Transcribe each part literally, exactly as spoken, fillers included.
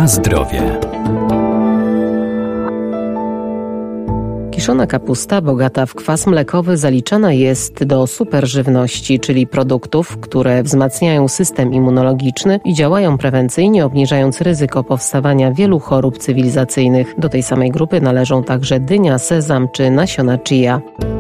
Na zdrowie. Kiszona kapusta bogata w kwas mlekowy zaliczana jest do superżywności, czyli produktów, które wzmacniają system immunologiczny i działają prewencyjnie, obniżając ryzyko powstawania wielu chorób cywilizacyjnych. Do tej samej grupy należą także dynia, sezam czy nasiona chia.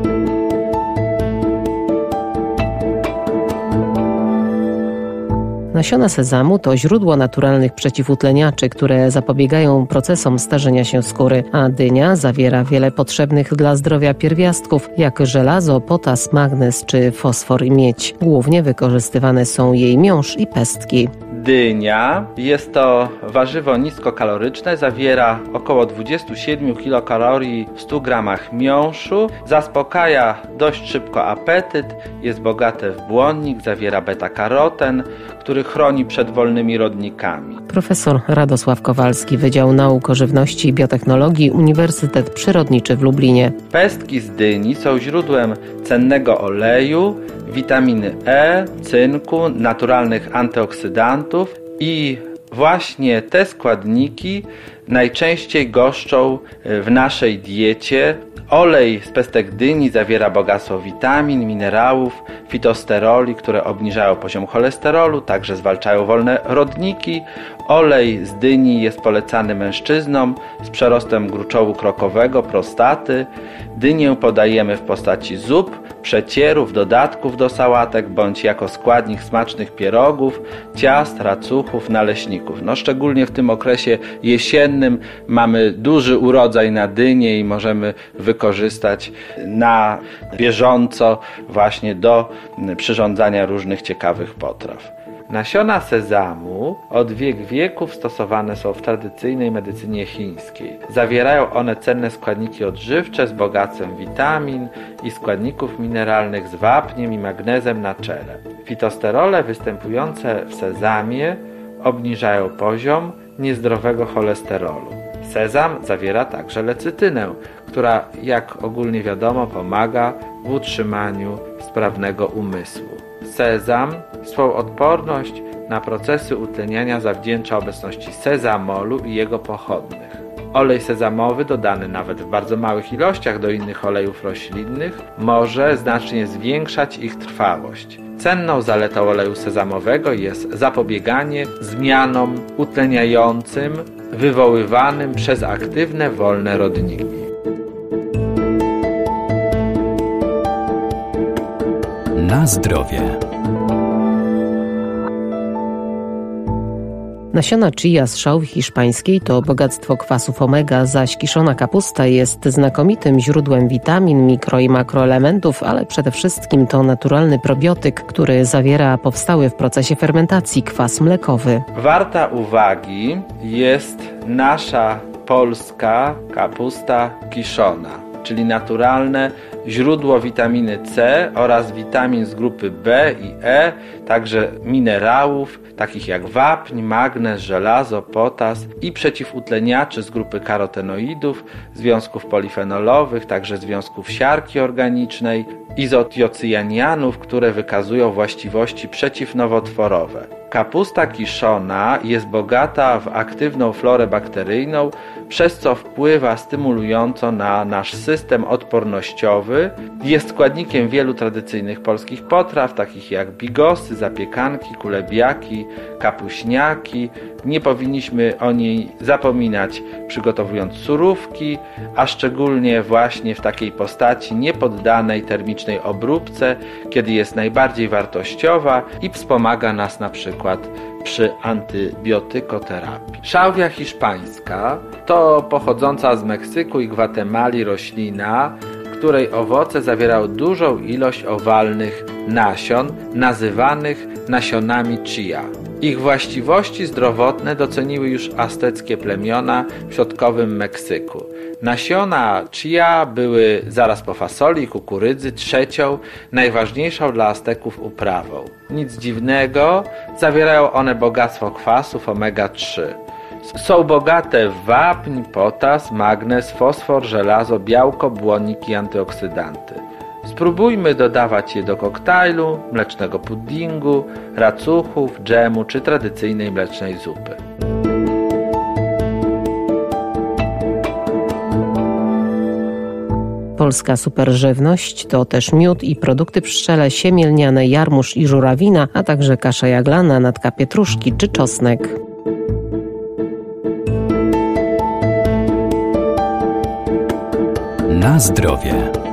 Nasiona sezamu to źródło naturalnych przeciwutleniaczy, które zapobiegają procesom starzenia się skóry, a dynia zawiera wiele potrzebnych dla zdrowia pierwiastków, jak żelazo, potas, magnez czy fosfor i miedź. Głównie wykorzystywane są jej miąższ i pestki. Dynia jest to warzywo niskokaloryczne, zawiera około dwadzieścia siedem kilokalorii w stu gramach miąższu, zaspokaja dość szybko apetyt, jest bogate w błonnik, zawiera beta-karoten, który chroni przed wolnymi rodnikami. Profesor Radosław Kowalski, Wydział Nauk o Żywności i Biotechnologii, Uniwersytet Przyrodniczy w Lublinie. Pestki z dyni są źródłem cennego oleju, witaminy E, cynku, naturalnych antyoksydantów i właśnie te składniki najczęściej goszczą w naszej diecie. Olej z pestek dyni zawiera bogactwo witamin, minerałów, fitosteroli, które obniżają poziom cholesterolu, także zwalczają wolne rodniki. Olej z dyni jest polecany mężczyznom z przerostem gruczołu krokowego, prostaty. Dynię podajemy w postaci zup, przecierów, dodatków do sałatek, bądź jako składnik smacznych pierogów, ciast, racuchów, naleśników. No, szczególnie w tym okresie jesiennym mamy duży urodzaj na dynię i możemy wykorzystać na bieżąco właśnie do przyrządzania różnych ciekawych potraw. Nasiona sezamu od wiek wieków stosowane są w tradycyjnej medycynie chińskiej. Zawierają one cenne składniki odżywcze z bogactwem witamin i składników mineralnych z wapniem i magnezem na czele. Fitosterole występujące w sezamie obniżają poziom niezdrowego cholesterolu. Sezam zawiera także lecytynę, która, jak ogólnie wiadomo, pomaga w utrzymaniu sprawnego umysłu. Sezam swą odporność na procesy utleniania zawdzięcza obecności sezamolu i jego pochodnych. Olej sezamowy, dodany nawet w bardzo małych ilościach do innych olejów roślinnych, może znacznie zwiększać ich trwałość. Cenną zaletą oleju sezamowego jest zapobieganie zmianom utleniającym wywoływanym przez aktywne wolne rodniki. Na zdrowie. Nasiona chia z szałwi hiszpańskiej to bogactwo kwasów omega, zaś kiszona kapusta jest znakomitym źródłem witamin, mikro i makroelementów, ale przede wszystkim to naturalny probiotyk, który zawiera powstały w procesie fermentacji kwas mlekowy. Warta uwagi jest nasza polska kapusta kiszona, czyli naturalne źródło witaminy C oraz witamin z grupy B i E, także minerałów takich jak wapń, magnez, żelazo, potas i przeciwutleniaczy z grupy karotenoidów, związków polifenolowych, także związków siarki organicznej, izotiocjanianów, które wykazują właściwości przeciwnowotworowe. Kapusta kiszona jest bogata w aktywną florę bakteryjną, przez co wpływa stymulująco na nasz system odpornościowy. Jest składnikiem wielu tradycyjnych polskich potraw, takich jak bigosy, zapiekanki, kulebiaki, kapuśniaki. Nie powinniśmy o niej zapominać, przygotowując surówki, a szczególnie właśnie w takiej postaci niepoddanej termicznej obróbce, kiedy jest najbardziej wartościowa i wspomaga nas na przykład przy antybiotykoterapii. Szałwia hiszpańska to pochodząca z Meksyku i Gwatemali roślina, której owoce zawierały dużą ilość owalnych nasion, nazywanych nasionami chia. Ich właściwości zdrowotne doceniły już azteckie plemiona w środkowym Meksyku. Nasiona chia były zaraz po fasoli i kukurydzy trzecią, najważniejszą dla Azteków uprawą. Nic dziwnego, zawierają one bogactwo kwasów omega trzy. Są bogate w wapń, potas, magnez, fosfor, żelazo, białko, błonnik i antyoksydanty. Spróbujmy dodawać je do koktajlu, mlecznego puddingu, racuchów, dżemu czy tradycyjnej mlecznej zupy. Polska superżywność to też miód i produkty pszczele siemielniane, jarmuż i żurawina, a także kasza jaglana, natka pietruszki czy czosnek. Na zdrowie.